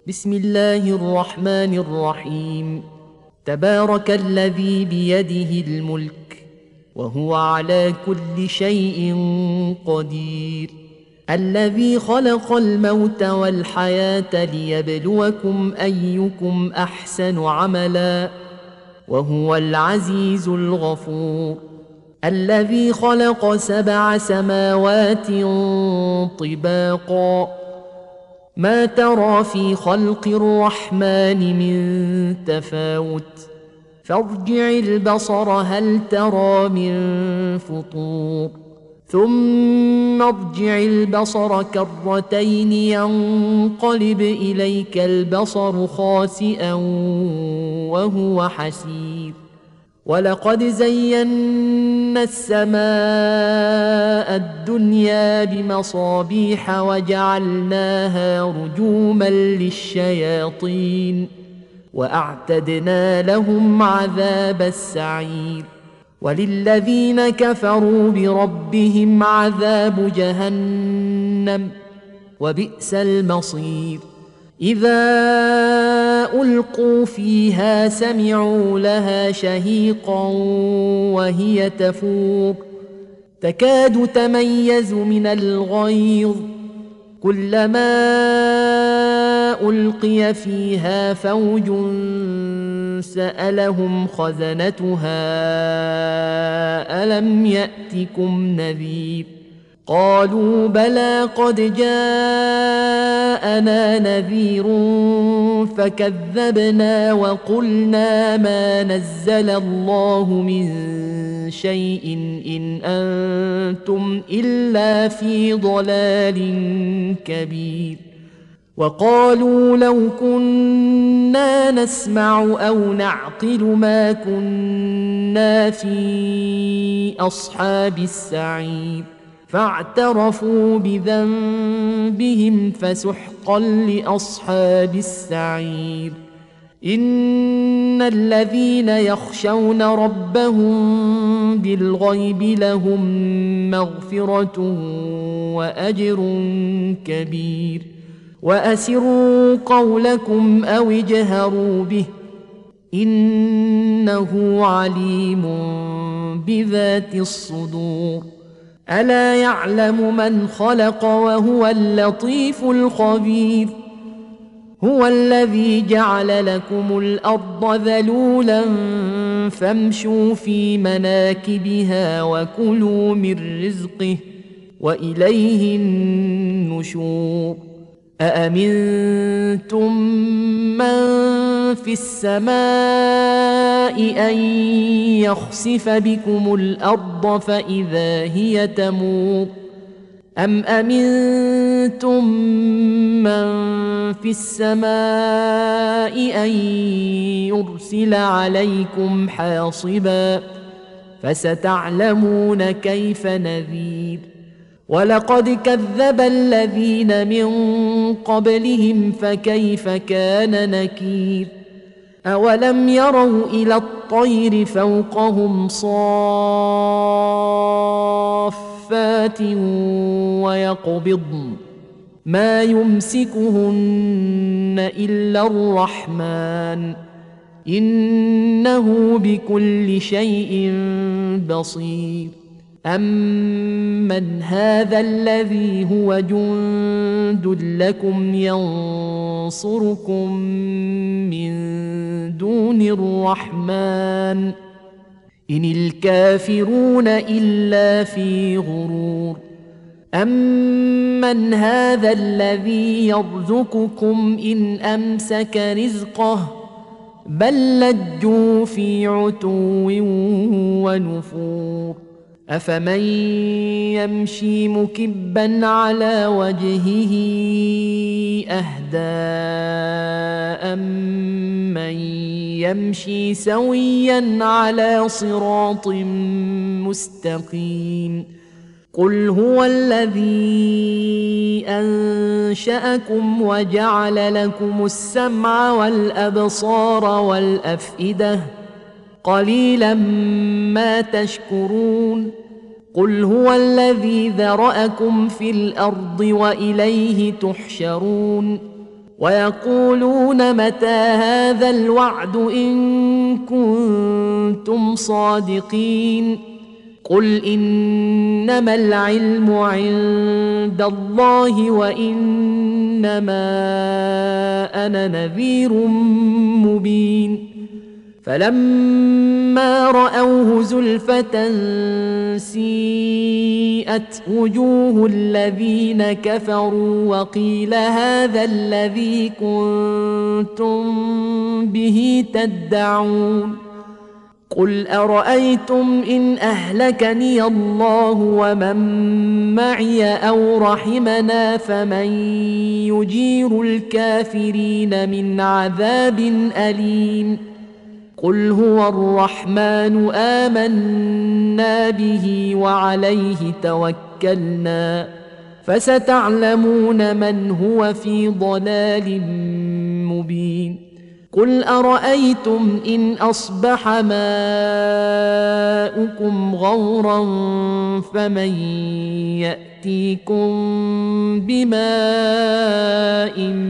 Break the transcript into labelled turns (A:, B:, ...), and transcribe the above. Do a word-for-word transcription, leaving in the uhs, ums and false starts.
A: بسم الله الرحمن الرحيم. تبارك الذي بيده الملك وهو على كل شيء قدير، الذي خلق الموت والحياة ليبلوكم أيكم أحسن عملا وهو العزيز الغفور، الذي خلق سبع سماوات طباقا ما ترى في خلق الرحمن من تفاوت فارجع البصر هل ترى من فطور ثم ارجع البصر كرتين ينقلب إليك البصر خاسئا وهو حسير، ولقد زينا السماء الدنيا بمصابيح وجعلناها رجوما للشياطين وأعتدنا لهم عذاب السعير، وللذين كفروا بربهم عذاب جهنم وبئس المصير. إذا ألقوا فيها سمعوا لها شهيقا وهي تفور تكاد تميز من الغيظ، كلما ألقي فيها فوج سألهم خزنتها ألم يأتكم نذير، قالوا بلى قد جاءنا نذير فكذبنا وقلنا ما نزل الله من شيء إن أنتم إلا في ضلال كبير، وقالوا لو كنا نسمع أو نعقل ما كنا في أصحاب السعير، فاعترفوا بذنبهم فسحقا لأصحاب السعير. إن الذين يخشون ربهم بالغيب لهم مغفرة وأجر كبير، وأسروا قولكم أو اجهروا به إنه عليم بذات الصدور. ألا يعلم من خلق وهو اللطيف الخبير، هو الذي جعل لكم الأرض ذلولا فامشوا في مناكبها وكلوا من رزقه وإليه النشور. أأمنتم من في السماء أن يخسف بكم الأرض فإذا هي تمور، أم أمنتم من في السماء أن يرسل عليكم حاصبا فستعلمون كيف نذير. ولقد كذب الذين من قبلهم فكيف كان نكير. أولم يروا إلى الطير فوقهم صافات ويقبضن ما يمسكهن إلا الرحمن إنه بكل شيء بصير. أمن هذا الذي هو جند لكم ينصركم من دون الرحمن إن الكافرون إلا في غرور. أمن هذا الذي يرزقكم إن أمسك رزقه بل لجوا في عتو ونفور. أفمن يمشي مكبا على وجهه أهدى أمن يمشي سويا على صراط مستقيم. قل هو الذي أنشأكم وجعل لكم السمع والأبصار والأفئدة قليلا ما تشكرون. قل هو الذي ذرأكم في الأرض وإليه تحشرون. ويقولون متى هذا الوعد إن كنتم صادقين قل إنما العلم عند الله وإنما أنا نذير مبين فلما رأوه زلفة سيئت وجوه الذين كفروا وقيل هذا الذي كنتم به تدعون قل أرأيتم إن أهلكني الله ومن معي أو رحمنا فمن يجير الكافرين من عذاب أليم قل هو الرحمن آمنا به وعليه توكلنا فستعلمون من هو في ضلال مبين قل أرأيتم إن أصبح ماؤكم غورا فمن يأتيكم بماء